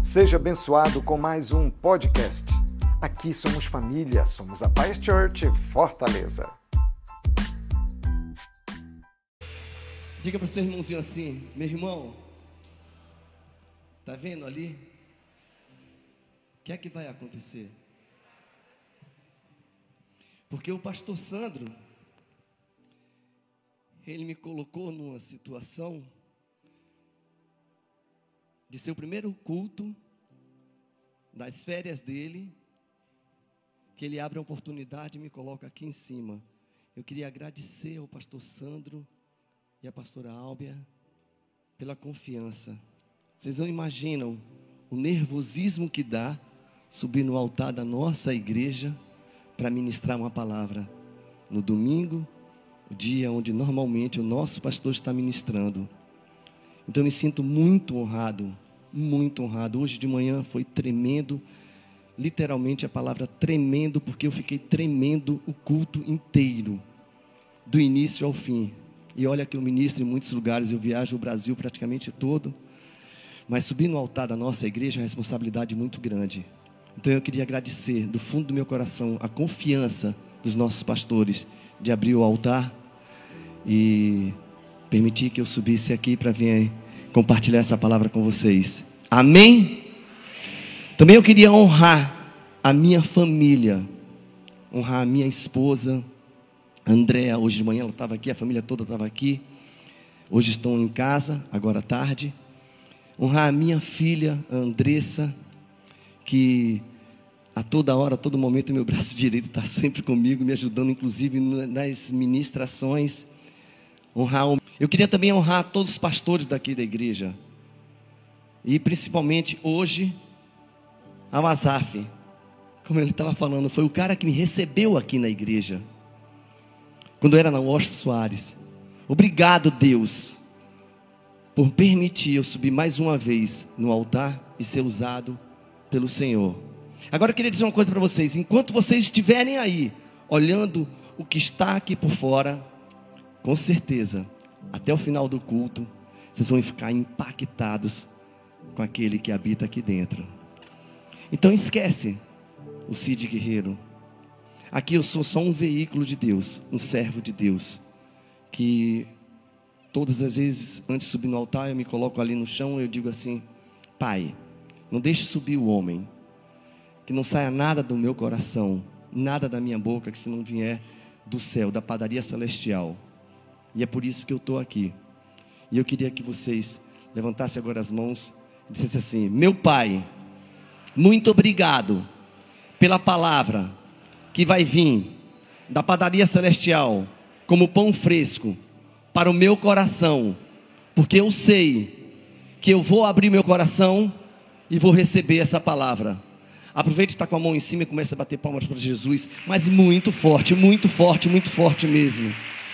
Seja abençoado com mais um podcast. Aqui somos família, somos a Paz Church Fortaleza. Diga para o seu irmãozinho assim: meu irmão, tá vendo ali? O que é que vai acontecer? Porque o pastor Sandro, ele me colocou numa situação de ser o primeiro culto das férias dele, que ele abre a oportunidade e me coloca aqui em cima. Eu queria agradecer ao pastor Sandro e à pastora Álbia pela confiança. Vocês não imaginam o nervosismo que dá subir no altar da nossa igreja para ministrar uma palavra no domingo, o dia onde normalmente o nosso pastor está ministrando. Então eu me sinto muito honrado, muito honrado. Hoje de manhã foi tremendo, literalmente a palavra tremendo, porque eu fiquei tremendo o culto inteiro, do início ao fim. E olha que eu ministro em muitos lugares, eu viajo o Brasil praticamente todo, mas subir no altar da nossa igreja é uma responsabilidade muito grande. Então eu queria agradecer do fundo do meu coração a confiança dos nossos pastores de abrir o altar e permitir que eu subisse aqui para vir compartilhar essa palavra com vocês. Amém? Também eu queria honrar a minha família, honrar a minha esposa, Andréa. Hoje de manhã ela estava aqui, a família toda estava aqui. Hoje estão em casa, agora à tarde. Honrar a minha filha, a Andressa, que a toda hora, a todo momento, meu braço direito está sempre comigo, me ajudando, inclusive nas ministrações. Eu queria também honrar todos os pastores daqui da igreja, e principalmente hoje ao Azaf, como ele estava falando, foi o cara que me recebeu aqui na igreja, quando eu era na Washington Soares. Obrigado, Deus, por permitir eu subir mais uma vez no altar e ser usado pelo Senhor. Agora eu queria dizer uma coisa para vocês: enquanto vocês estiverem aí, olhando o que está aqui por fora, com certeza, até o final do culto, vocês vão ficar impactados com aquele que habita aqui dentro. Então esquece o Cid Guerreiro. Aqui eu sou só um veículo de Deus, um servo de Deus, que todas as vezes, antes de subir no altar, eu me coloco ali no chão e eu digo assim: Pai, não deixe subir o homem, que não saia nada do meu coração, nada da minha boca, que se não vier do céu, da padaria celestial. E é por isso que eu estou aqui. E eu queria que vocês levantassem agora as mãos e dissessem assim: meu Pai, muito obrigado pela palavra que vai vir da padaria celestial como pão fresco para o meu coração, porque eu sei que eu vou abrir meu coração e vou receber essa palavra. Aproveite e está com a mão em cima e comece a bater palmas para Jesus, mas muito forte, muito forte, muito forte mesmo.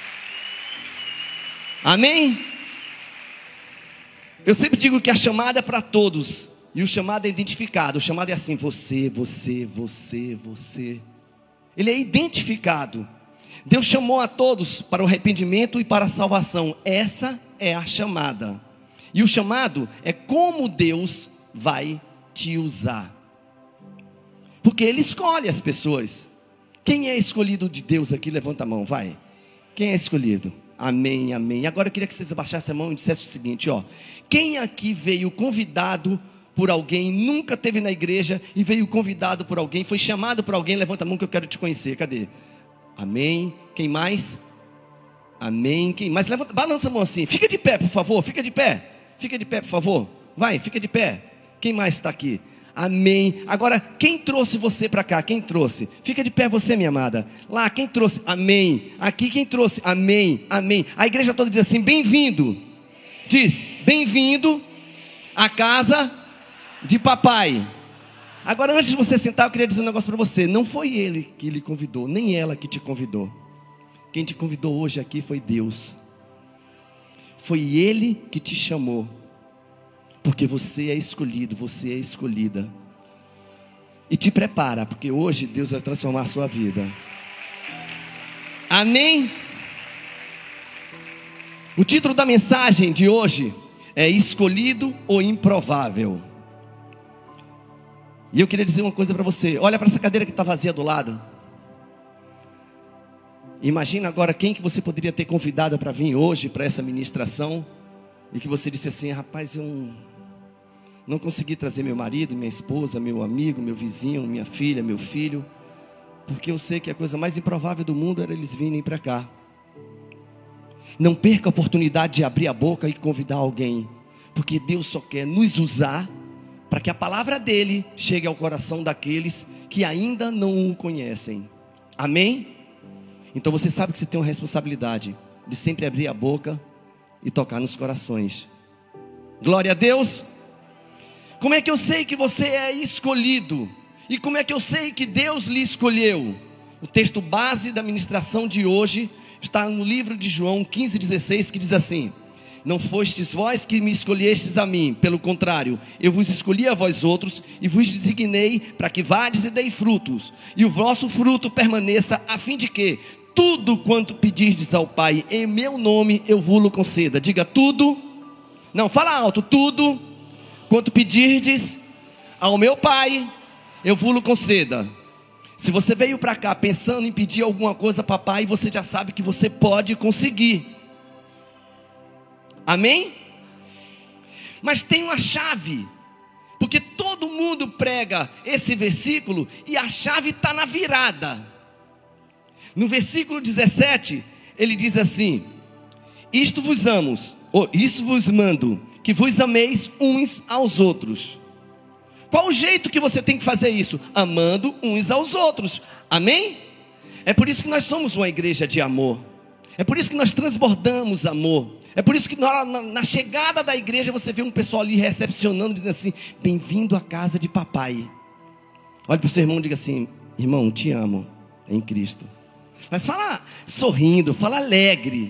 Amém? Eu sempre digo que a chamada é para todos, e o chamado é identificado. O chamado é assim: você, você, você, você. Ele é identificado. Deus chamou a todos para o arrependimento e para a salvação. Essa é a chamada. E o chamado é como Deus vai te usar, porque Ele escolhe as pessoas. Quem é escolhido de Deus aqui? Levanta a mão, vai. Quem é escolhido? Amém, amém. Agora eu queria que vocês abaixassem a mão e dissessem o seguinte, ó: quem aqui veio convidado por alguém, nunca esteve na igreja e veio convidado por alguém, foi chamado por alguém? Levanta a mão que eu quero te conhecer. Cadê? Amém. Quem mais? Amém. Quem mais? Levanta, balança a mão assim. Fica de pé, por favor. Fica de pé. Fica de pé, por favor. Vai, fica de pé. Quem mais está aqui? Amém. Agora, quem trouxe você para cá? Quem trouxe? Fica de pé você, minha amada. Lá, quem trouxe? Amém. Aqui, quem trouxe? Amém, amém. A igreja toda diz assim: bem-vindo. Diz: bem-vindo à casa de papai. Agora, antes de você sentar, eu queria dizer um negócio para você. Não foi ele que lhe convidou, nem ela que te convidou. Quem te convidou hoje aqui foi Deus. Foi Ele que te chamou, porque você é escolhido, você é escolhida. E te prepara, porque hoje Deus vai transformar a sua vida. Amém? O título da mensagem de hoje é Escolhido ou Improvável. E eu queria dizer uma coisa para você. Olha para essa cadeira que está vazia do lado. Imagina agora quem que você poderia ter convidado para vir hoje para essa ministração. E que você disse assim: rapaz, eu não consegui trazer meu marido, minha esposa, meu amigo, meu vizinho, minha filha, meu filho. Porque eu sei que a coisa mais improvável do mundo era eles virem para cá. Não perca a oportunidade de abrir a boca e convidar alguém. Porque Deus só quer nos usar para que a palavra dele chegue ao coração daqueles que ainda não o conhecem. Amém? Então você sabe que você tem uma responsabilidade de sempre abrir a boca e tocar nos corações. Glória a Deus. Como é que eu sei que você é escolhido? E como é que eu sei que Deus lhe escolheu? O texto base da ministração de hoje está no livro de João 15,16, que diz assim: não fostes vós que me escolhestes a mim, pelo contrário, eu vos escolhi a vós outros, e vos designei para que vades e dei frutos, e o vosso fruto permaneça, a fim de que tudo quanto pedirdes ao Pai em meu nome, eu vos conceda. Diga tudo. Não, fala alto. Tudo quanto pedirdes ao meu Pai, eu vos conceda. Se você veio para cá pensando em pedir alguma coisa para Pai, você já sabe que você pode conseguir. Amém? Mas tem uma chave, porque todo mundo prega esse versículo e a chave está na virada. No versículo 17, ele diz assim: isto vos mando, que vos ameis uns aos outros. Qual o jeito que você tem que fazer isso? Amando uns aos outros. Amém? É por isso que nós somos uma igreja de amor. É por isso que nós transbordamos amor. É por isso que na chegada da igreja você vê um pessoal ali recepcionando, dizendo assim: bem-vindo à casa de papai. Olhe para o seu irmão e diga assim: irmão, te amo em Cristo. Mas fala sorrindo, fala alegre.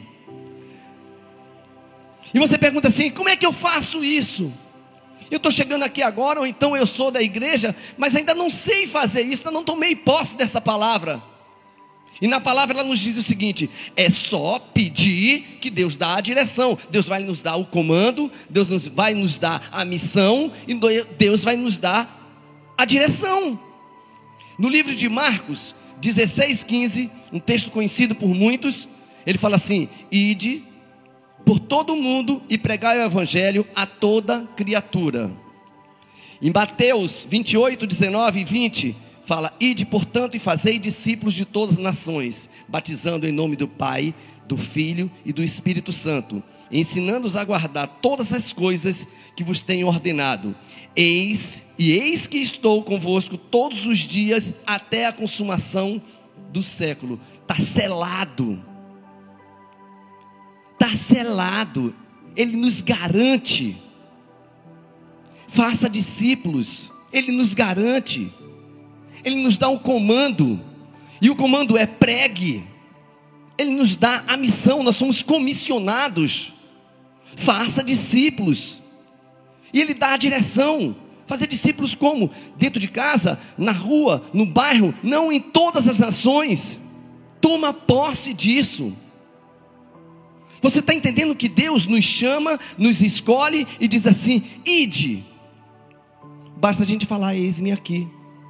E você pergunta assim: como é que eu faço isso? Eu estou chegando aqui agora, ou então eu sou da igreja, mas ainda não sei fazer isso, ainda não tomei posse dessa palavra. E na palavra ela nos diz o seguinte: é só pedir que Deus dá a direção. Deus vai nos dar o comando, Deus vai nos dar a missão, e Deus vai nos dar a direção. No livro de Marcos 16:15, um texto conhecido por muitos, ele fala assim: ide por todo o mundo e pregai o evangelho a toda criatura. Em Mateus 28, 19 e 20, fala: ide portanto e fazei discípulos de todas as nações, batizando em nome do Pai, do Filho e do Espírito Santo, ensinando-os a guardar todas as coisas que vos tenho ordenado. Eis que estou convosco todos os dias até a consumação do século. Está selado. Está selado. Ele nos garante. Faça discípulos. Ele nos garante. Ele nos dá um comando. E o comando é: pregue. Ele nos dá a missão. Nós somos comissionados. Faça discípulos. E ele dá a direção. Fazer discípulos como? Dentro de casa, na rua, no bairro, não, em todas as nações. Toma posse disso. Você está entendendo que Deus nos chama, nos escolhe e diz assim: ide. Basta a gente falar: eis-me aqui.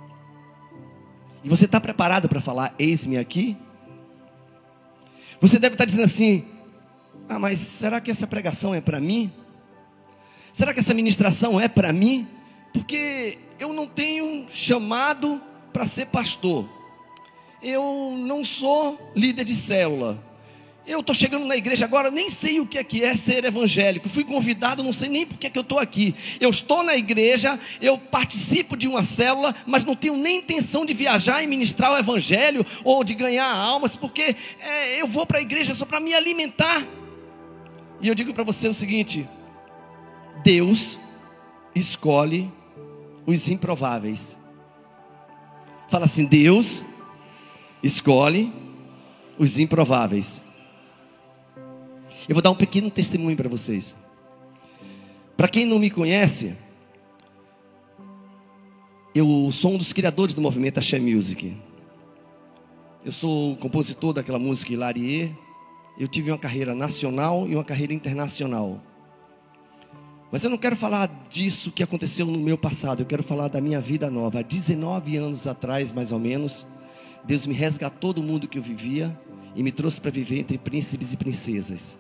E você está preparado para falar: eis-me aqui? Você deve estar dizendo assim: ah, mas será que essa pregação é para mim? Será que essa ministração é para mim? Porque eu não tenho chamado para ser pastor. Eu não sou líder de célula. Eu estou chegando na igreja agora, nem sei o que é ser evangélico. Fui convidado, não sei nem por que eu estou aqui. Eu estou na igreja, eu participo de uma célula, mas não tenho nem intenção de viajar e ministrar o evangelho ou de ganhar almas, porque eu vou para a igreja só para me alimentar. E eu digo para você o seguinte: Deus escolhe os improváveis. Fala assim: Deus escolhe os improváveis. Eu vou dar um pequeno testemunho para vocês. Para quem não me conhece, eu sou um dos criadores do movimento Axé Music. Eu sou o compositor daquela música Hilarie. Eu tive uma carreira nacional e uma carreira internacional. Mas eu não quero falar disso que aconteceu no meu passado. Eu quero falar da minha vida nova. Há 19 anos atrás, mais ou menos, Deus me resgatou do mundo que eu vivia e me trouxe para viver entre príncipes e princesas.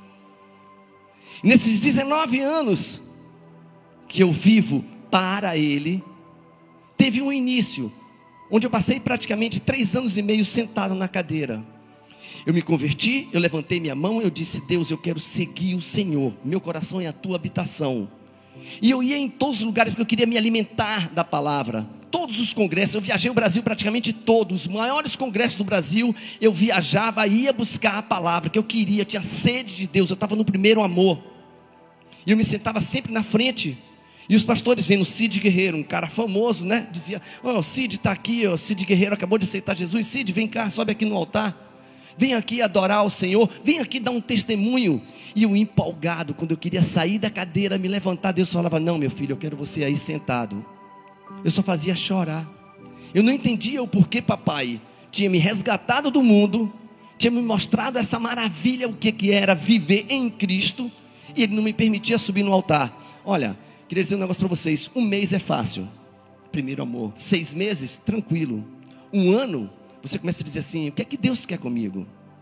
Nesses 19 anos que eu vivo para Ele, teve um início, onde eu passei praticamente 3 anos e meio sentado na cadeira. Eu me converti, eu levantei minha mão, eu disse: Deus, eu quero seguir o Senhor, meu coração é a tua habitação. E eu ia em todos os lugares, porque eu queria me alimentar da palavra. Todos os congressos, eu viajei o Brasil praticamente todos, os maiores congressos do Brasil, eu viajava, ia buscar a palavra que eu queria, tinha sede de Deus, eu estava no primeiro amor. E eu me sentava sempre na frente. E os pastores vendo Cid Guerreiro, um cara famoso, né? Dizia: ó, Cid está aqui, ó, Cid Guerreiro acabou de aceitar Jesus. Cid, vem cá, sobe aqui no altar. Vem aqui adorar o Senhor, vem aqui dar um testemunho. E eu empolgado, quando eu queria sair da cadeira, me levantar, Deus falava: não, meu filho, eu quero você aí sentado. Eu só fazia chorar. Eu não entendia o porquê papai tinha me resgatado do mundo, tinha me mostrado essa maravilha, o que era viver em Cristo, e Ele não me permitia subir no altar. Olha, queria dizer um negócio para vocês: 1 mês é fácil, primeiro amor. 6 meses, tranquilo. 1 ano, você começa a dizer assim: o que é que Deus quer comigo?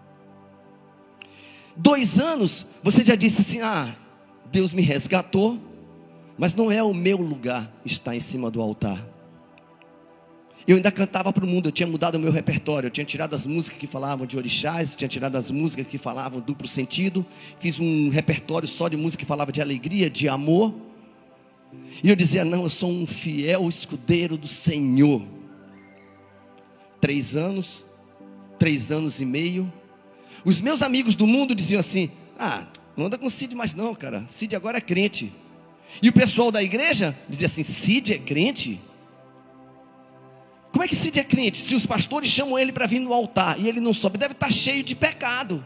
2 anos, você já disse assim: ah, Deus me resgatou, mas não é o meu lugar estar em cima do altar. Eu ainda cantava para o mundo, eu tinha mudado o meu repertório, eu tinha tirado as músicas que falavam de orixás, tinha tirado as músicas que falavam duplo sentido, fiz um repertório só de música que falava de alegria, de amor. E eu dizia: não, eu sou um fiel escudeiro do Senhor. 3 anos, 3 anos e meio. Os meus amigos do mundo diziam assim: ah, não anda com Cid mais não, cara, Cid agora é crente. E o pessoal da igreja dizia assim: Cid é crente? Como é que Cid é crente? Se os pastores chamam ele para vir no altar e ele não sobe, deve estar cheio de pecado.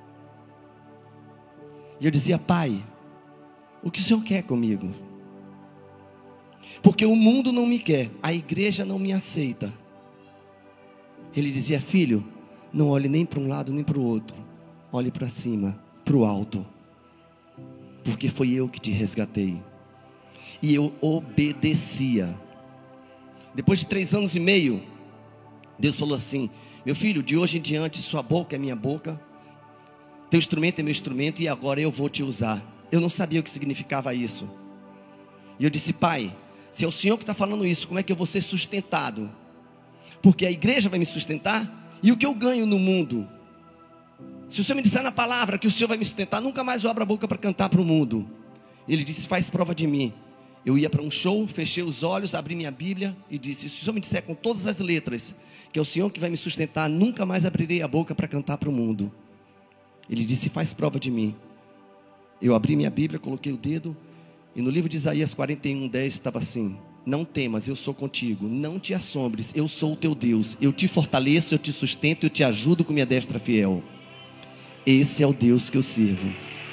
E eu dizia: pai, o que o Senhor quer comigo? Porque o mundo não me quer, a igreja não me aceita. Ele dizia: filho, não olhe nem para um lado nem para o outro, olhe para cima, para o alto, porque foi eu que te resgatei. E eu obedecia. Depois de 3 anos e meio, Deus falou assim: meu filho, de hoje em diante sua boca é minha boca, teu instrumento é meu instrumento, e agora eu vou te usar. Eu não sabia o que significava isso. E eu disse: pai, se é o Senhor que está falando isso, como é que eu vou ser sustentado? Porque a igreja vai me sustentar, e o que eu ganho no mundo? Se o Senhor me disser na palavra que o Senhor vai me sustentar, nunca mais eu abro a boca para cantar para o mundo. Ele disse: faz prova de mim. Eu ia para um show, fechei os olhos, abri minha Bíblia e disse: se o Senhor me disser com todas as letras que é o Senhor que vai me sustentar, nunca mais abrirei a boca para cantar para o mundo. Ele disse: faz prova de mim. Eu abri minha Bíblia, coloquei o dedo, e no livro de Isaías 41:10 estava assim: não temas, eu sou contigo, não te assombres, eu sou o teu Deus, eu te fortaleço, eu te sustento, eu te ajudo com minha destra fiel. Esse é o Deus que eu sirvo.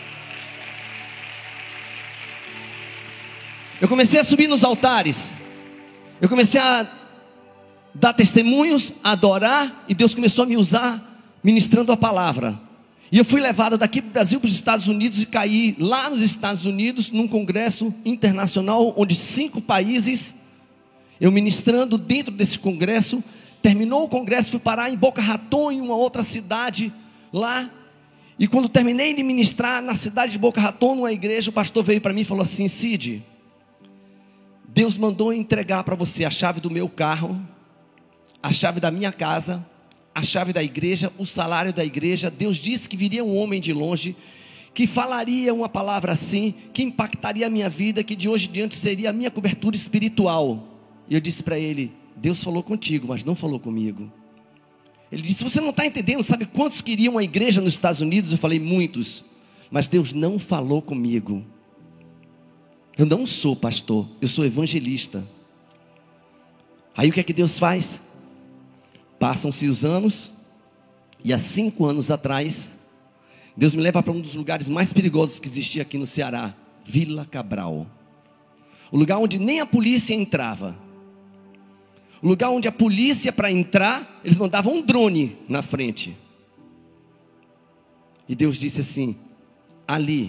Eu comecei a subir nos altares, eu comecei a dar testemunhos, a adorar, e Deus começou a me usar ministrando a palavra. E eu fui levado daqui para o Brasil, para os Estados Unidos, e caí lá nos Estados Unidos, num congresso internacional, onde 5 países, eu ministrando dentro desse congresso. Terminou o congresso, fui parar em Boca Raton, em uma outra cidade lá. E quando terminei de ministrar na cidade de Boca Raton, numa igreja, o pastor veio para mim e falou assim: Cid, Deus mandou entregar para você a chave do meu carro, a chave da minha casa, a chave da igreja, o salário da igreja. Deus disse que viria um homem de longe, que falaria uma palavra assim, que impactaria a minha vida, que de hoje em diante seria a minha cobertura espiritual. E eu disse para ele: Deus falou contigo, mas não falou comigo. Ele disse: você não está entendendo, sabe quantos queriam uma igreja nos Estados Unidos? Eu falei: muitos, mas Deus não falou comigo. Eu não sou pastor, eu sou evangelista. Aí o que é que Deus faz? Passam-se os anos, e há 5 anos atrás, Deus me leva para um dos lugares mais perigosos que existia aqui no Ceará, Vila Cabral. O lugar onde nem a polícia entrava. O lugar onde a polícia, para entrar, eles mandavam um drone na frente. E Deus disse assim: ali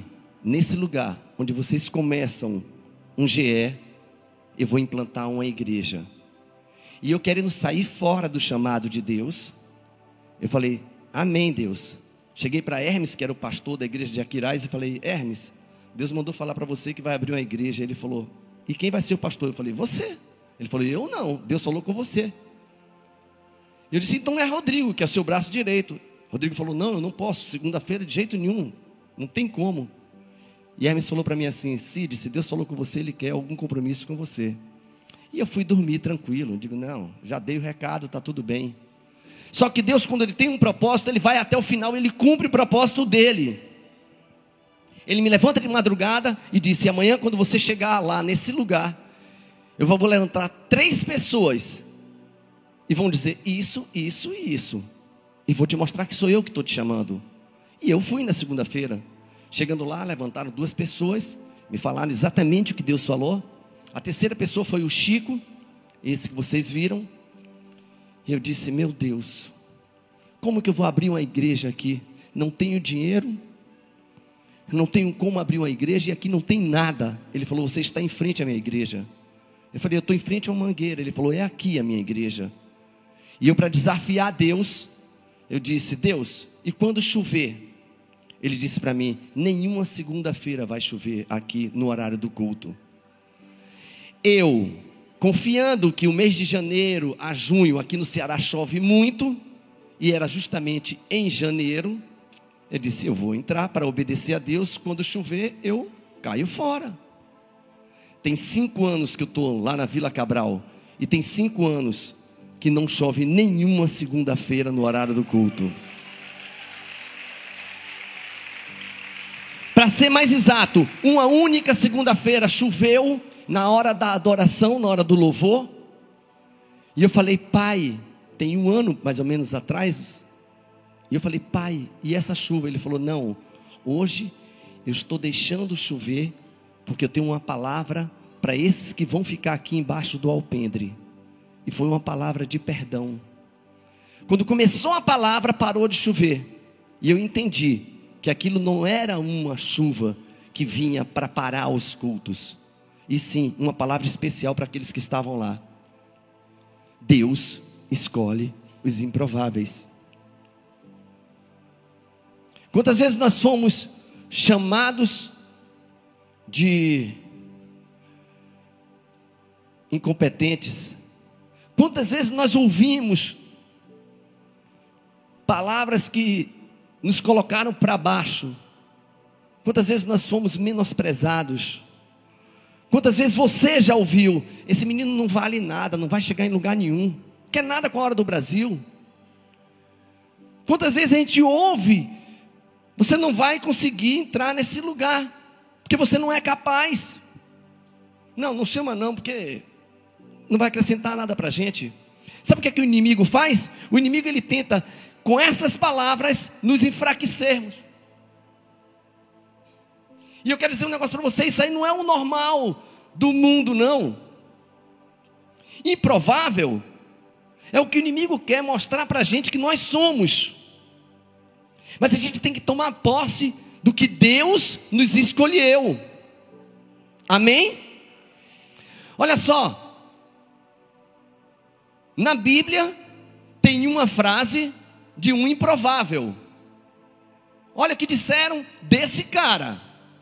nesse lugar onde vocês começam um GE, eu vou implantar uma igreja. E eu querendo sair fora do chamado de Deus, eu falei, amém, Deus. Cheguei para Hermes, que era o pastor da igreja de Aquiraz, e falei, Hermes, Deus mandou falar para você que vai abrir uma igreja. Ele falou, e quem vai ser o pastor? Eu falei, você. Ele falou, eu não, Deus falou com você. Eu disse, então é Rodrigo, que é o seu braço direito. Rodrigo falou, não, eu não posso, segunda-feira de jeito nenhum, não tem como. E Hermes falou para mim assim, Cid, se Deus falou com você, Ele quer algum compromisso com você. E eu fui dormir tranquilo, digo, não, já dei o recado, está tudo bem. Só que Deus, quando Ele tem um propósito, Ele vai até o final, Ele cumpre o propósito dEle. Ele me levanta de madrugada e disse, amanhã quando você chegar lá nesse lugar, eu vou levantar 3 pessoas, e vão dizer isso, isso e isso, e vou te mostrar que sou eu que estou te chamando. E eu fui na segunda-feira, chegando lá, levantaram 2 pessoas, me falaram exatamente o que Deus falou. A terceira pessoa foi o Chico, esse que vocês viram. E eu disse, meu Deus, como que eu vou abrir uma igreja aqui? Não tenho dinheiro, não tenho como abrir uma igreja, e aqui não tem nada. Ele falou, você está em frente à minha igreja. Eu falei, eu estou em frente a uma mangueira. Ele falou, é aqui a minha igreja. E eu, para desafiar Deus, eu disse, Deus, e quando chover? Ele disse para mim, nenhuma segunda-feira vai chover aqui no horário do culto. Eu, confiando que o mês de janeiro a junho aqui no Ceará chove muito, e era justamente em janeiro, eu disse, eu vou entrar para obedecer a Deus, quando chover eu caio fora. Tem 5 anos que eu estou lá na Vila Cabral, e tem 5 anos que não chove nenhuma segunda-feira no horário do culto. Para ser mais exato, uma única segunda-feira choveu na hora da adoração, na hora do louvor. E eu falei, pai, tem 1 ano mais ou menos atrás. E eu falei, pai, e essa chuva? Ele falou, não, hoje eu estou deixando chover, porque eu tenho uma palavra para esses que vão ficar aqui embaixo do alpendre. E foi uma palavra de perdão. Quando começou a palavra, parou de chover. E eu entendi que aquilo não era uma chuva que vinha para parar os cultos, e sim uma palavra especial para aqueles que estavam lá. Deus escolhe os improváveis. Quantas vezes nós fomos chamados de incompetentes? Quantas vezes nós ouvimos palavras que nos colocaram para baixo? Quantas vezes nós fomos menosprezados? Quantas vezes você já ouviu, esse menino não vale nada, não vai chegar em lugar nenhum, quer nada com a hora do Brasil? Quantas vezes a gente ouve, você não vai conseguir entrar nesse lugar, porque você não é capaz. Não chama não, porque não vai acrescentar nada para a gente. Sabe o que é que o inimigo faz? O inimigo, ele tenta, com essas palavras, nos enfraquecermos. E eu quero dizer um negócio para vocês, isso aí não é o normal do mundo, não. Improvável é o que o inimigo quer mostrar para a gente que nós somos. Mas a gente tem que tomar posse do que Deus nos escolheu. Amém? Olha só, na Bíblia tem uma frase de um improvável. Olha o que disseram desse cara.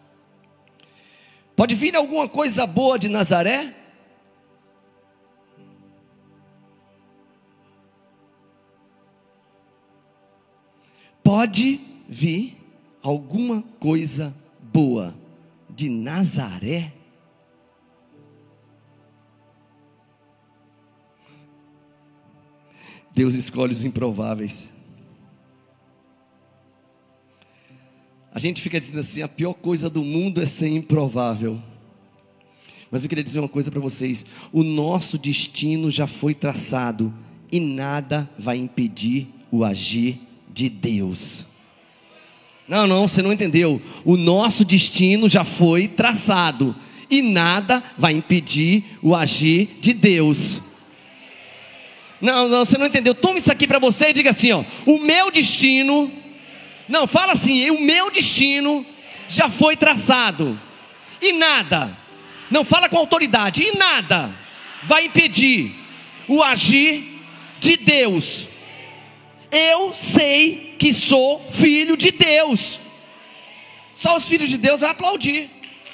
Pode vir alguma coisa boa de Nazaré? Pode vir alguma coisa boa de Nazaré? Deus escolhe os improváveis. A gente fica dizendo assim, a pior coisa do mundo é ser improvável. Mas eu queria dizer uma coisa para vocês, o nosso destino já foi traçado, e nada vai impedir o agir de Deus. Não, você não entendeu. O nosso destino já foi traçado, e nada vai impedir o agir de Deus. Não, você não entendeu. Toma isso aqui para você e diga assim, ó, o meu destino... Não, fala assim, o meu destino já foi traçado. E nada, não fala com autoridade, e nada vai impedir o agir de Deus. Eu sei que sou filho de Deus. Só os filhos de Deus vão aplaudir.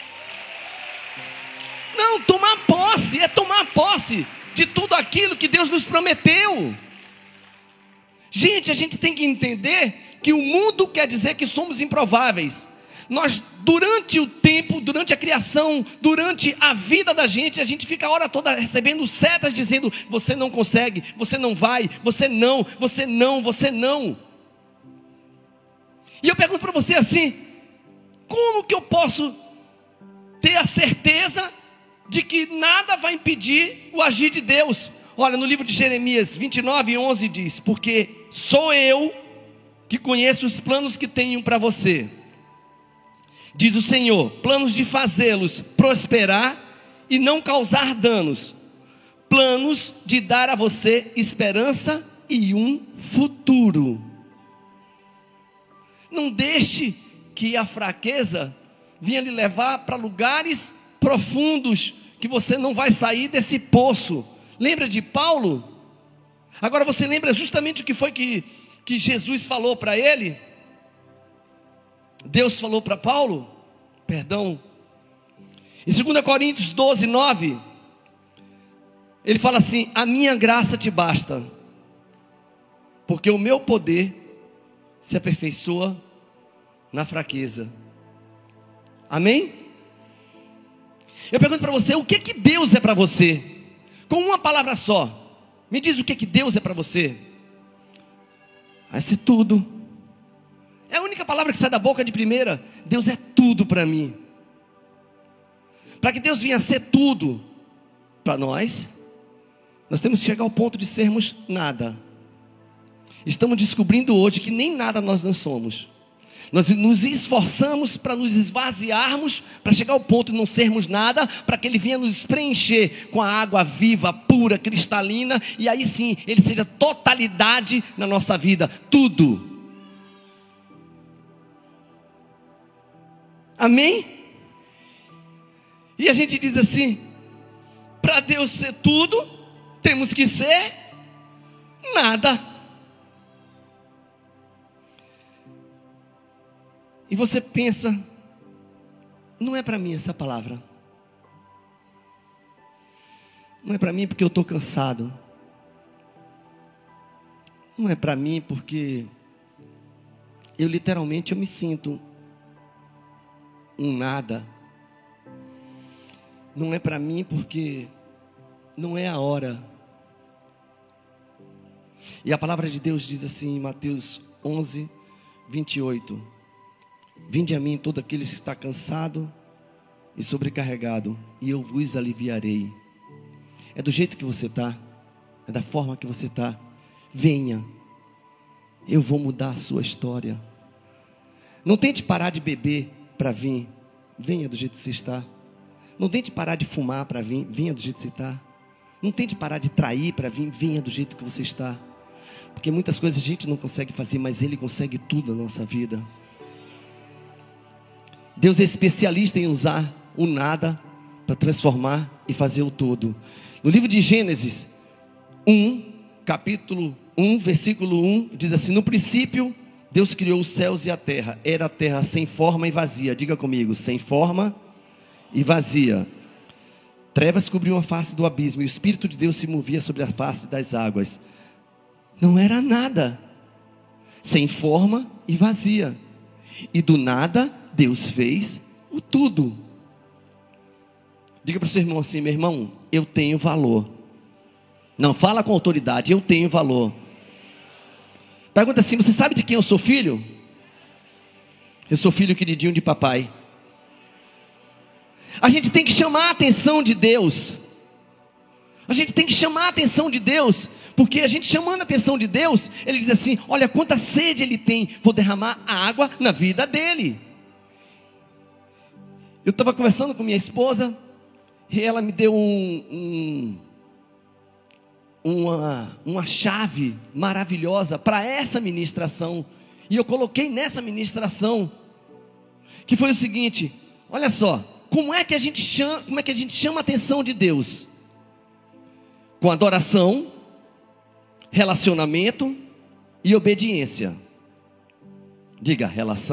Não, tomar posse, é tomar posse de tudo aquilo que Deus nos prometeu. Gente, a gente tem que entender que o mundo quer dizer que somos improváveis. Nós, durante o tempo, durante a criação, durante a vida da gente, a gente fica a hora toda recebendo setas dizendo: você não consegue, você não vai, você não, você não, você não. E eu pergunto para você assim: como que eu posso ter a certeza de que nada vai impedir o agir de Deus? Olha, no livro de Jeremias 29:11 diz: porque sou eu que conheço os planos que tenho para você, diz o Senhor, planos de fazê-los prosperar e não causar danos, planos de dar a você esperança e um futuro. Não deixe que a fraqueza venha lhe levar para lugares profundos, que você não vai sair desse poço. Lembra de Paulo? Agora você lembra justamente o que foi que Jesus falou para ele? Deus falou para Paulo, perdão, em 2 Coríntios 12:9, ele fala assim: a minha graça te basta, porque o meu poder se aperfeiçoa na fraqueza. Amém? Eu pergunto para você, o que Deus é para você? Com uma palavra só, me diz o que Deus é para você. Vai ser tudo. É a única palavra que sai da boca de primeira. Deus é tudo para mim. Para que Deus venha a ser tudo para nós, nós temos que chegar ao ponto de sermos nada. Estamos descobrindo hoje que nem nada nós não somos. Nós nos esforçamos para nos esvaziarmos, para chegar ao ponto de não sermos nada, para que Ele venha nos preencher com a água viva, pura, cristalina, e aí sim, Ele seja totalidade na nossa vida, tudo. Amém? E a gente diz assim: para Deus ser tudo, temos que ser nada. E você pensa: não é para mim essa palavra. Não é para mim porque eu estou cansado. Não é para mim porque eu literalmente me sinto um nada. Não é para mim porque não é a hora. E a palavra de Deus diz assim em Mateus 11:28: vinde a mim todo aquele que está cansado e sobrecarregado, e eu vos aliviarei. É do jeito que você está, é da forma que você está. Venha, eu vou mudar a sua história. Não tente parar de beber para vir. Venha do jeito que você está. Não tente parar de fumar para vir. Venha do jeito que você está. Não tente parar de trair para vir. Venha do jeito que você está. Porque muitas coisas a gente não consegue fazer, mas Ele consegue tudo na nossa vida. Deus é especialista em usar o nada para transformar e fazer o todo. No livro de Gênesis 1, capítulo 1, versículo 1, diz assim: no princípio Deus criou os céus e a terra. Era a terra sem forma e vazia. Diga comigo: sem forma e vazia. Trevas cobriam a face do abismo, e o Espírito de Deus se movia sobre a face das águas. Não era nada. Sem forma e vazia. E do nada Deus fez o tudo. Diga para o seu irmão assim: meu irmão, eu tenho valor. Não, fala com autoridade: eu tenho valor. Pergunta assim: você sabe de quem eu sou filho? Eu sou filho queridinho de papai. A gente tem que chamar a atenção de Deus. A gente tem que chamar a atenção de Deus, porque a gente chamando a atenção de Deus, Ele diz assim: olha quanta sede ele tem, vou derramar a água na vida dele. Eu estava conversando com minha esposa, e ela me deu uma chave maravilhosa para essa ministração, e eu coloquei nessa ministração, que foi o seguinte: olha só, como é que a gente chama a atenção de Deus? Com adoração, relacionamento e obediência. Diga,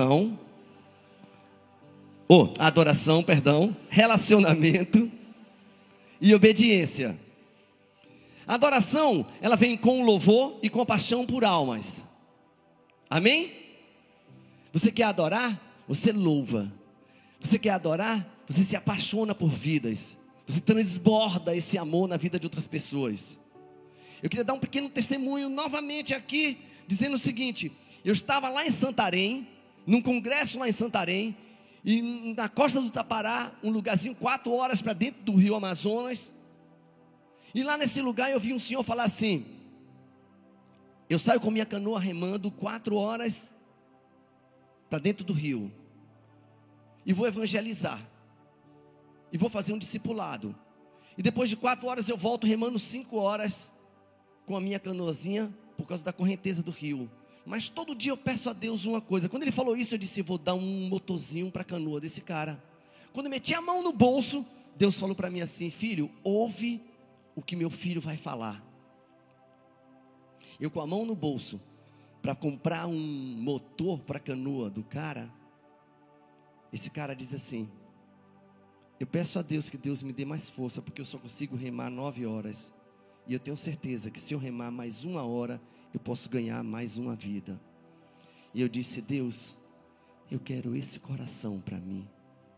adoração, relacionamento e obediência. A adoração, ela vem com louvor e compaixão por almas. Amém? Você quer adorar? Você louva. Você quer adorar? Você se apaixona por vidas. Você transborda esse amor na vida de outras pessoas. Eu queria dar um pequeno testemunho novamente aqui, dizendo o seguinte: eu estava lá em Santarém, num congresso lá em Santarém, e na costa do Tapará, um lugarzinho 4 horas para dentro do rio Amazonas. E lá nesse lugar eu vi um senhor falar assim: eu saio com minha canoa remando 4 horas para dentro do rio, e vou evangelizar, e vou fazer um discipulado, e depois de 4 horas eu volto remando 5 horas com a minha canoazinha, por causa da correnteza do rio. Mas todo dia eu peço a Deus uma coisa. Quando ele falou isso, eu disse: vou dar um motorzinho para a canoa desse cara. Quando eu meti a mão no bolso, Deus falou para mim assim: filho, ouve o que meu filho vai falar. Eu com a mão no bolso, para comprar um motor para a canoa do cara. Esse cara diz assim: eu peço a Deus que Deus me dê mais força, porque eu só consigo remar 9 horas. E eu tenho certeza que se eu remar mais 1 hora, eu posso ganhar mais uma vida. E eu disse: Deus, eu quero esse coração para mim.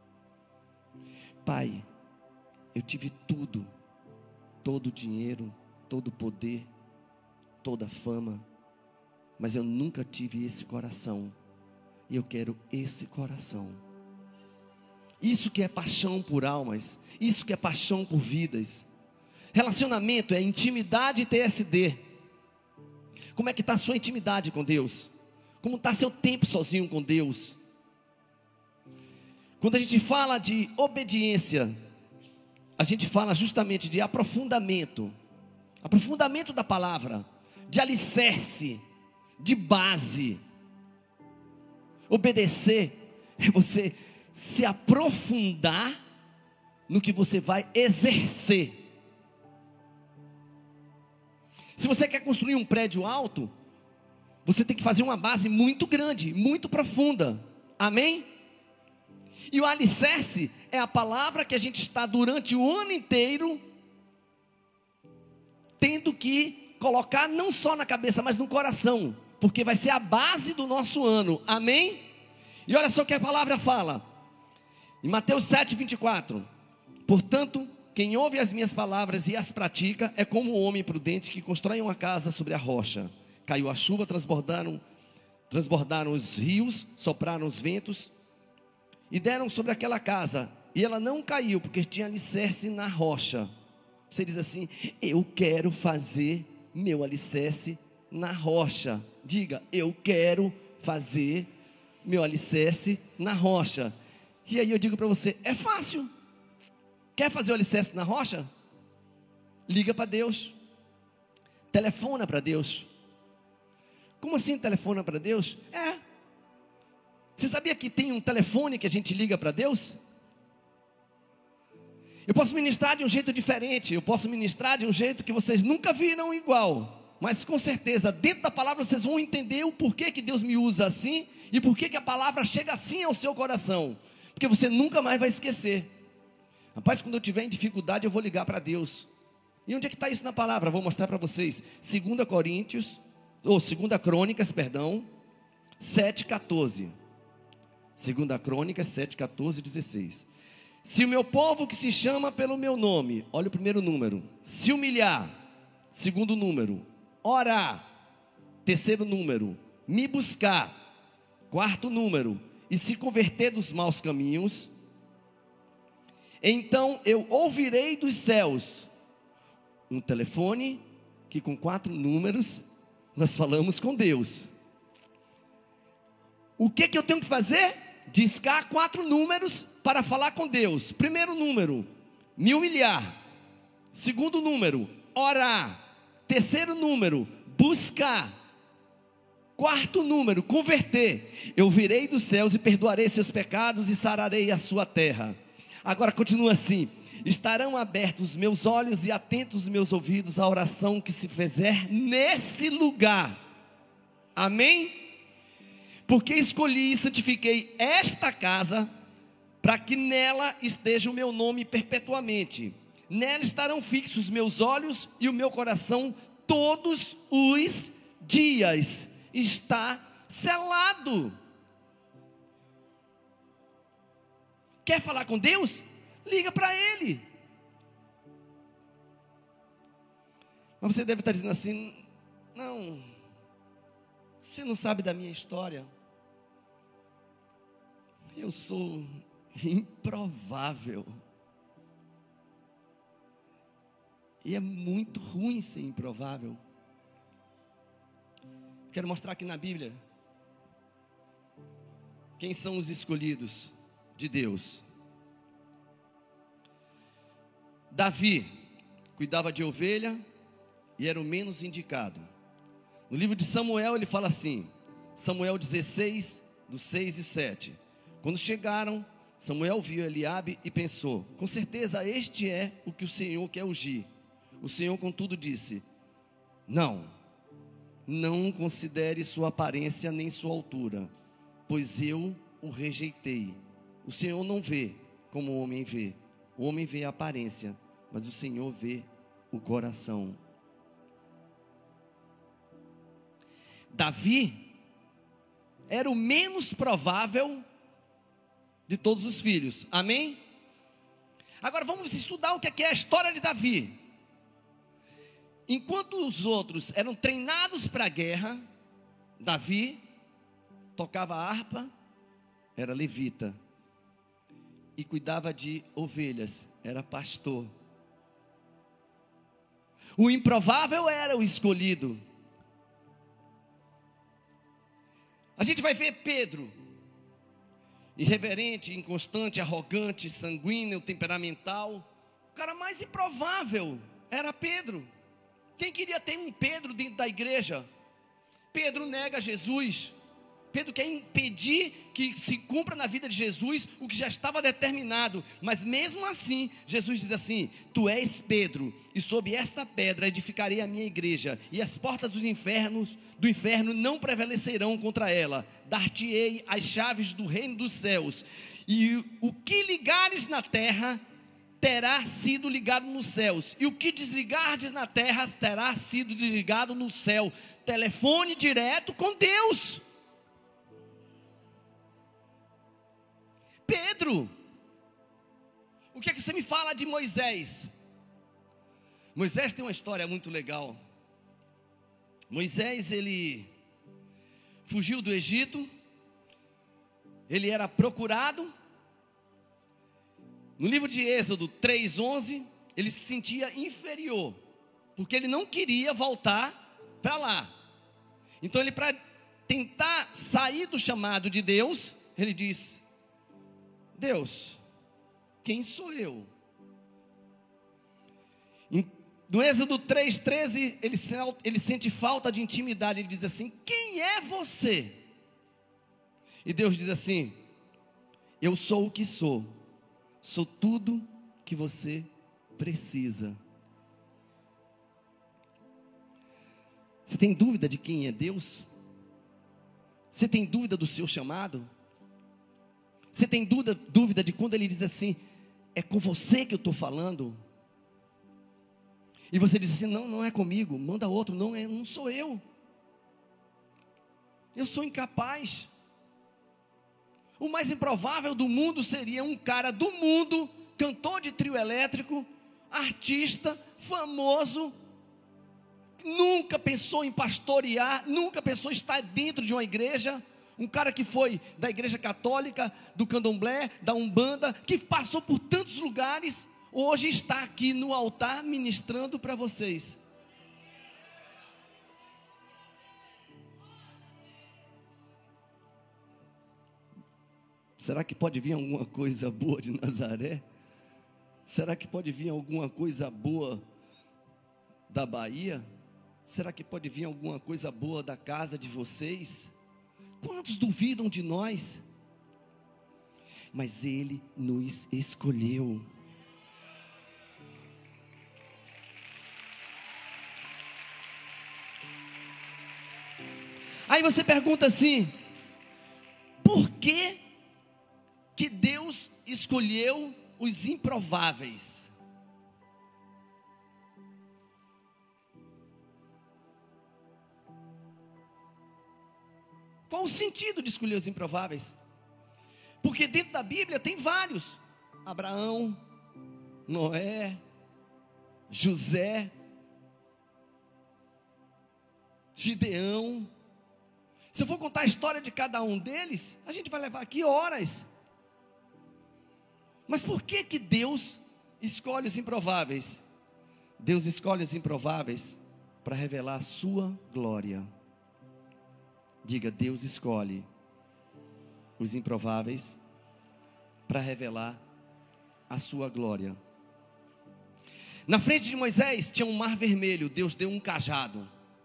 Pai, eu tive tudo, todo o dinheiro, todo o poder, toda a fama, mas eu nunca tive esse coração. E eu quero esse coração. Isso que é paixão por almas, isso que é paixão por vidas. Relacionamento é intimidade TSD. Como é que está a sua intimidade com Deus? Como está seu tempo sozinho com Deus? Quando a gente fala de obediência, a gente fala justamente de aprofundamento. Aprofundamento da palavra, de alicerce, de base. Obedecer é você se aprofundar no que você vai exercer. Se você quer construir um prédio alto, você tem que fazer uma base muito grande, muito profunda. Amém? E o alicerce é a palavra que a gente está durante o ano inteiro tendo que colocar não só na cabeça, mas no coração, porque vai ser a base do nosso ano. Amém? E olha só o que a palavra fala em Mateus 7:24. Portanto, quem ouve as minhas palavras e as pratica é como um homem prudente que constrói uma casa sobre a rocha. Caiu a chuva, transbordaram os rios, sopraram os ventos e deram sobre aquela casa, e ela não caiu, porque tinha alicerce na rocha. Você diz assim: eu quero fazer meu alicerce na rocha. Diga: eu quero fazer meu alicerce na rocha. E aí eu digo para você: é fácil. Quer fazer o alicerce na rocha? Liga para Deus. Telefona para Deus. Como assim telefona para Deus? Você sabia que tem um telefone que a gente liga para Deus? Eu posso ministrar de um jeito diferente. Eu posso ministrar de um jeito que vocês nunca viram igual. Mas com certeza, dentro da palavra vocês vão entender o porquê que Deus me usa assim. E porquê que a palavra chega assim ao seu coração. Porque você nunca mais vai esquecer. Rapaz, quando eu tiver em dificuldade, eu vou ligar para Deus. E onde é que está isso na palavra? Vou mostrar para vocês. 2 Crônicas, 7:14. 2 Crônicas 7:14, 16. Se o meu povo que se chama pelo meu nome, olha o primeiro número, se humilhar, segundo número, orar, terceiro número, me buscar, quarto número, e se converter dos maus caminhos, então eu ouvirei dos céus. Um telefone que com 4 números nós falamos com Deus. O que eu tenho que fazer? Discar 4 números para falar com Deus. Primeiro número, me humilhar. Segundo número, orar. Terceiro número, buscar. Quarto número, converter. Eu virei dos céus e perdoarei seus pecados e sararei a sua terra. Agora continua assim: estarão abertos os meus olhos e atentos os meus ouvidos à oração que se fizer nesse lugar. Amém? Porque escolhi e santifiquei esta casa, para que nela esteja o meu nome perpetuamente. Nela estarão fixos os meus olhos e o meu coração todos os dias. Está selado. Quer falar com Deus? Liga para Ele. Mas você deve estar dizendo assim: não, você não sabe da minha história. Eu sou improvável. E é muito ruim ser improvável. Quero mostrar aqui na Bíblia quem são os escolhidos de Deus. Davi cuidava de ovelha e era o menos indicado. No livro de Samuel ele fala assim, Samuel 16, dos 6 e 7. Quando chegaram, Samuel viu Eliabe e pensou: com certeza este é o que o Senhor quer ungir. O Senhor contudo disse: não considere sua aparência nem sua altura, pois eu o rejeitei. O Senhor não vê como o homem vê. O homem vê a aparência, mas o Senhor vê o coração. Davi era o menos provável de todos os filhos. Amém? Agora vamos estudar o que é a história de Davi. Enquanto os outros eram treinados para a guerra, Davi tocava harpa, era levita, e cuidava de ovelhas, era pastor. O improvável era o escolhido. A gente vai ver Pedro, irreverente, inconstante, arrogante, sanguíneo, temperamental. O cara mais improvável era Pedro. Quem queria ter um Pedro dentro da igreja? Pedro nega Jesus. Pedro quer impedir que se cumpra na vida de Jesus o que já estava determinado. Mas mesmo assim, Jesus diz assim: tu és Pedro, e sob esta pedra edificarei a minha igreja, e as portas do inferno não prevalecerão contra ela. Dar-te-ei as chaves do reino dos céus, e o que ligares na terra terá sido ligado nos céus, e o que desligardes na terra terá sido desligado no céu. Telefone direto com Deus. Pedro, o que é que você me fala de Moisés? Moisés tem uma história muito legal. Moisés, ele fugiu do Egito, ele era procurado. No livro de Êxodo 3:11, ele se sentia inferior, porque ele não queria voltar para lá. Então ele, para tentar sair do chamado de Deus, ele diz: Deus, quem sou eu? No Êxodo 3:13, ele sente falta de intimidade. Ele diz assim: quem é você? E Deus diz assim: eu sou o que sou. Sou tudo que você precisa. Você tem dúvida de quem é Deus? Você tem dúvida do seu chamado? Você tem dúvida de quando Ele diz assim: é com você que eu estou falando? E você diz assim: não é comigo, manda outro. Não sou eu. Eu sou incapaz. O mais improvável do mundo seria um cara do mundo, cantor de trio elétrico, artista, famoso, nunca pensou em pastorear, nunca pensou em estar dentro de uma igreja. Um cara que foi da igreja católica, do candomblé, da umbanda, que passou por tantos lugares, hoje está aqui no altar ministrando para vocês. Será que pode vir alguma coisa boa de Nazaré? Será que pode vir alguma coisa boa da Bahia? será que pode vir alguma coisa boa da casa de vocês? Quantos duvidam de nós? Mas Ele nos escolheu. Aí você pergunta assim: por que Deus escolheu os improváveis? Qual o sentido de escolher os improváveis? Porque dentro da Bíblia tem vários: Abraão, Noé, José, Gideão. Se eu for contar a história de cada um deles, a gente vai levar aqui horas. Mas por que Deus escolhe os improváveis? Deus escolhe os improváveis para revelar a sua glória. Diga: Deus escolhe os improváveis para revelar a sua glória. Na frente de Moisés tinha um mar vermelho. Deus deu um cajado.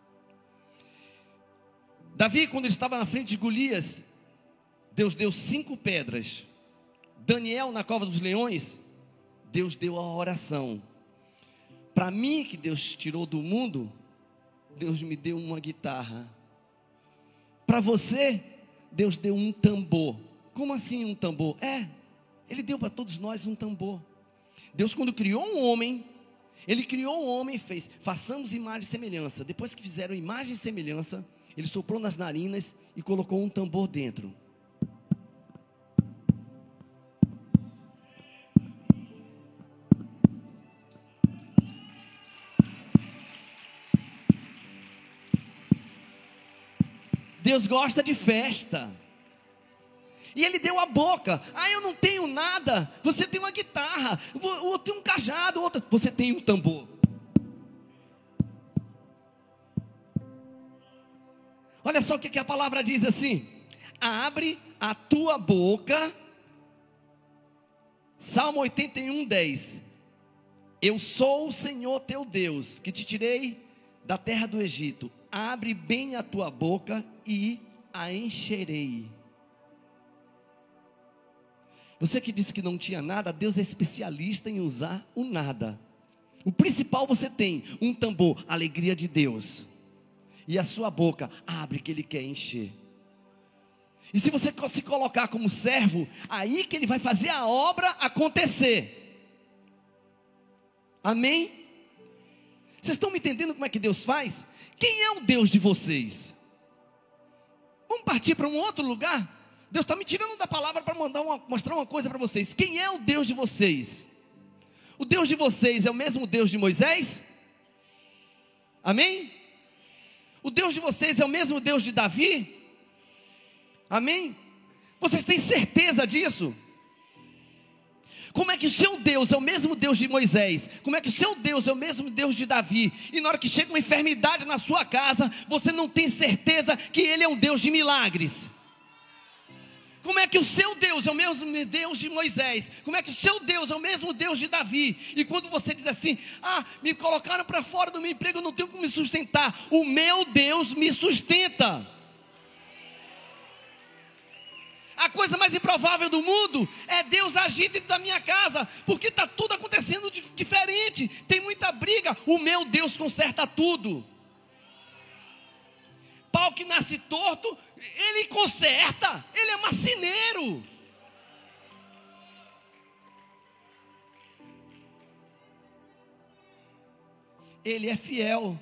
Davi, quando ele estava na frente de Golias, Deus deu 5 pedras. Daniel, na cova dos leões, Deus deu a oração. Para mim, que Deus tirou do mundo, Deus me deu uma guitarra. Para você, Deus deu um tambor. Como assim um tambor? Ele deu para todos nós um tambor. Deus, quando criou um homem, Ele criou um homem e fez: façamos imagem e semelhança. Depois que fizeram imagem e semelhança, Ele soprou nas narinas e colocou um tambor dentro. Deus gosta de festa. E Ele deu a boca. Eu não tenho nada. Você tem uma guitarra. Eu tenho um cajado. Você tem um tambor. Olha só o que a palavra diz assim: abre a tua boca. Salmo 81:10. Eu sou o Senhor teu Deus, que te tirei da terra do Egito. Abre bem a tua boca e a encherei. Você que disse que não tinha nada, Deus é especialista em usar o nada. O principal você tem: um tambor, a alegria de Deus. E a sua boca, abre que Ele quer encher. E se você se colocar como servo, aí que Ele vai fazer a obra acontecer. Amém? Vocês estão me entendendo como é que Deus faz? Quem é o Deus de vocês? Vamos partir para um outro lugar? Deus está me tirando da palavra para mostrar uma coisa para vocês. Quem é o Deus de vocês? O Deus de vocês é o mesmo Deus de Moisés? Amém? O Deus de vocês é o mesmo Deus de Davi? Amém? Vocês têm certeza disso? Como é que o seu Deus é o mesmo Deus de Moisés? Como é que o seu Deus é o mesmo Deus de Davi? E na hora que chega uma enfermidade na sua casa, você não tem certeza que Ele é um Deus de milagres? Como é que o seu Deus é o mesmo Deus de Moisés? Como é que o seu Deus é o mesmo Deus de Davi? E quando você diz assim: me colocaram para fora do meu emprego, eu não tenho como me sustentar. O meu Deus me sustenta. A coisa mais improvável do mundo é Deus agir dentro da minha casa, porque está tudo acontecendo diferente, tem muita briga. O meu Deus conserta tudo. Pau que nasce torto, Ele conserta. Ele é marceneiro. Ele é fiel.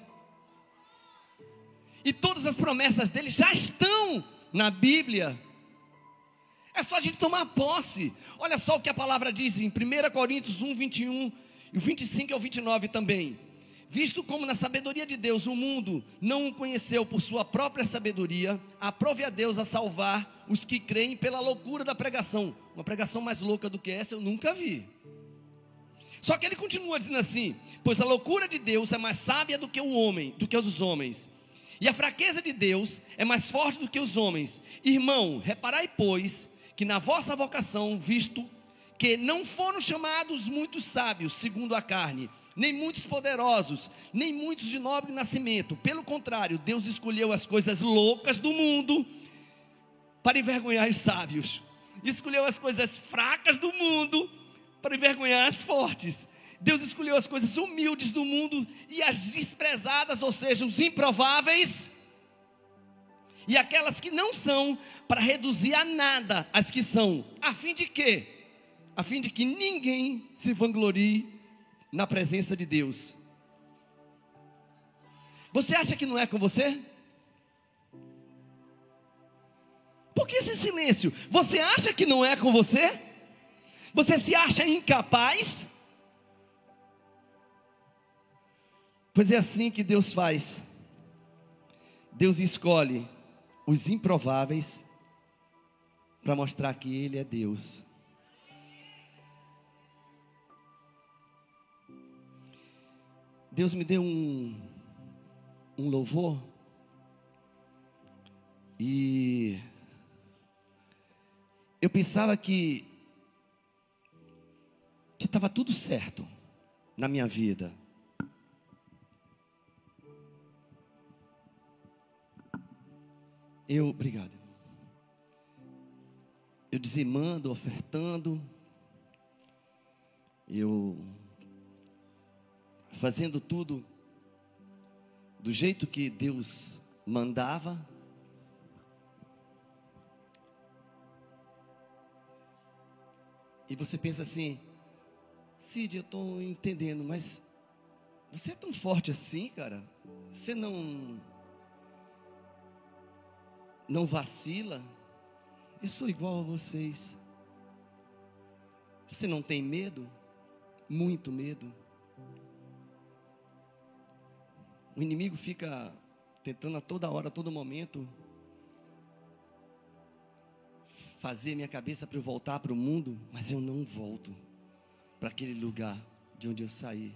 E todas as promessas dele já estão na Bíblia. É só a gente tomar posse. Olha só o que a palavra diz em 1 Coríntios 1, 21 e 25 ao 29 também. Visto como na sabedoria de Deus o mundo não o conheceu por sua própria sabedoria, aprove a Deus a salvar os que creem pela loucura da pregação. Uma pregação mais louca do que essa eu nunca vi. Só que ele continua dizendo assim: pois a loucura de Deus é mais sábia do que o homem, do que a dos homens. E a fraqueza de Deus é mais forte do que os homens. Irmão, reparai, pois, que na vossa vocação, visto que não foram chamados muitos sábios, segundo a carne, nem muitos poderosos, nem muitos de nobre nascimento. Pelo contrário, Deus escolheu as coisas loucas do mundo para envergonhar os sábios. Escolheu as coisas fracas do mundo para envergonhar as fortes. Deus escolheu as coisas humildes do mundo e as desprezadas, ou seja, os improváveis, e aquelas que não são, para reduzir a nada as que são. A fim de quê? A fim de que ninguém se vanglorie na presença de Deus. Você acha que não é com você? Por que esse silêncio? Você acha que não é com você? Você se acha incapaz? Pois é assim que Deus faz. Deus escolhe os improváveis para mostrar que Ele é Deus. Deus me deu um louvor e eu pensava que estava tudo certo na minha vida. Obrigado. Eu dizimando, ofertando, eu fazendo tudo do jeito que Deus mandava. E você pensa assim: Cid, eu estou entendendo, mas você é tão forte assim, cara? Você não vacila? Eu sou igual a vocês. Você não tem medo? Muito medo. O inimigo fica tentando a toda hora, a todo momento fazer minha cabeça para eu voltar para o mundo, mas eu não volto para aquele lugar de onde eu saí.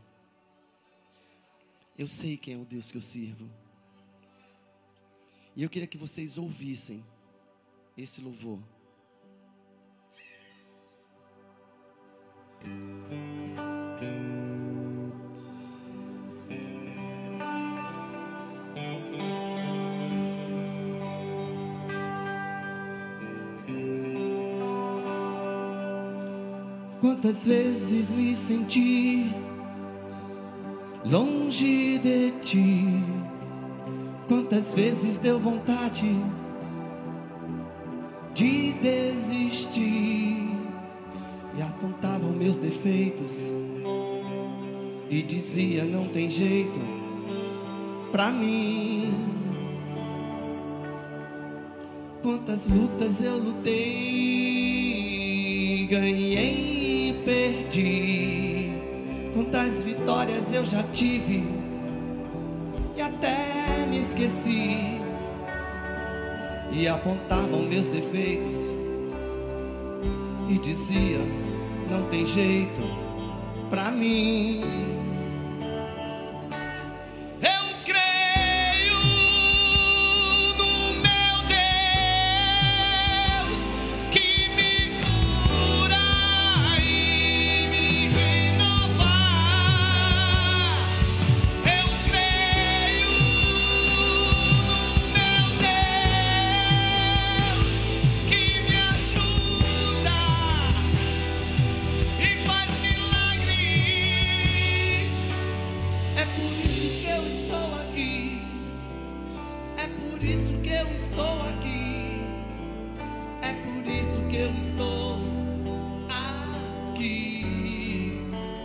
Eu sei quem é o Deus que eu sirvo. E eu queria que vocês ouvissem esse louvor. Quantas vezes me senti longe de ti, quantas vezes deu vontade de desistir, e apontavam meus defeitos e dizia: não tem jeito pra mim. Quantas lutas eu lutei, ganhei e perdi, quantas vitórias eu já tive e até me esqueci, e apontavam meus defeitos e dizia: não tem jeito pra mim. Eu creio no meu Deus que me cura e me renova. Eu creio no meu Deus que me ajuda e faz milagres. É por isso que eu estou aqui. É por isso que eu estou aqui. É por isso que eu estou aqui.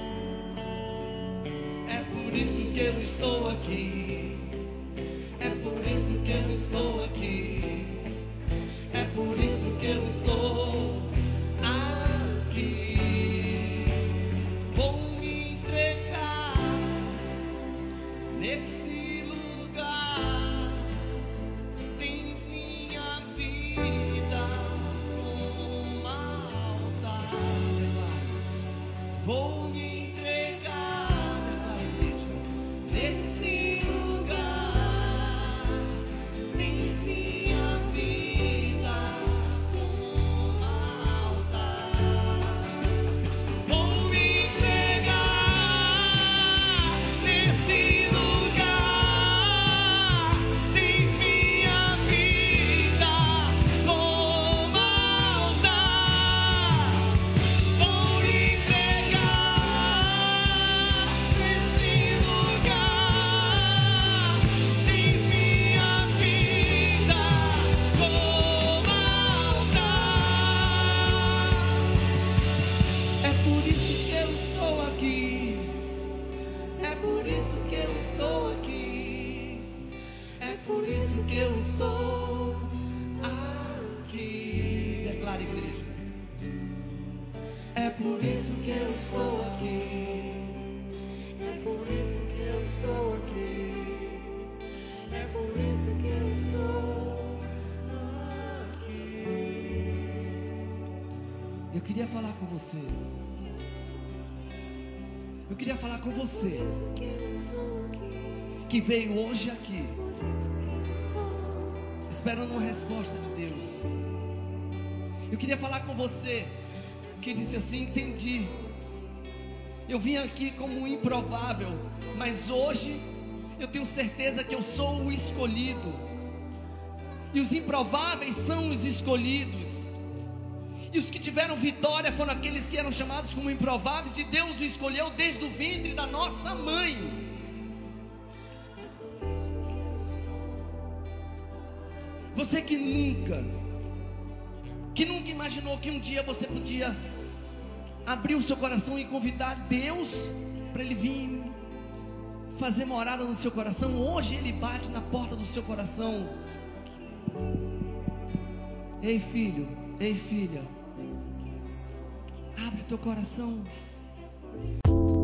É por isso que eu estou aqui. É por isso que eu estou aqui. É por isso que eu estou aqui. Vou me entregar nesse lugar. Tens minha vida como altar. Vou me entregar nesse lugar. Tens minha vida como altar. Vou me entregar por isso que eu estou aqui. É por isso que eu estou aqui. É por isso que eu estou aqui. Declare, igreja. É por isso que eu estou aqui. É por isso que eu estou aqui. É por isso que eu estou aqui. Eu queria falar com você. Eu queria falar com você que veio hoje aqui esperando uma resposta de Deus. Eu queria falar com você que disse assim: entendi, eu vim aqui como um improvável, mas hoje eu tenho certeza que eu sou o escolhido. E os improváveis são os escolhidos. E os que tiveram vitória foram aqueles que eram chamados como improváveis, e Deus os escolheu desde o ventre da nossa mãe. Você que nunca imaginou que um dia você podia abrir o seu coração e convidar Deus para Ele vir fazer morada no seu coração. Hoje Ele bate na porta do seu coração. Ei, filho, ei, filha, abre teu coração.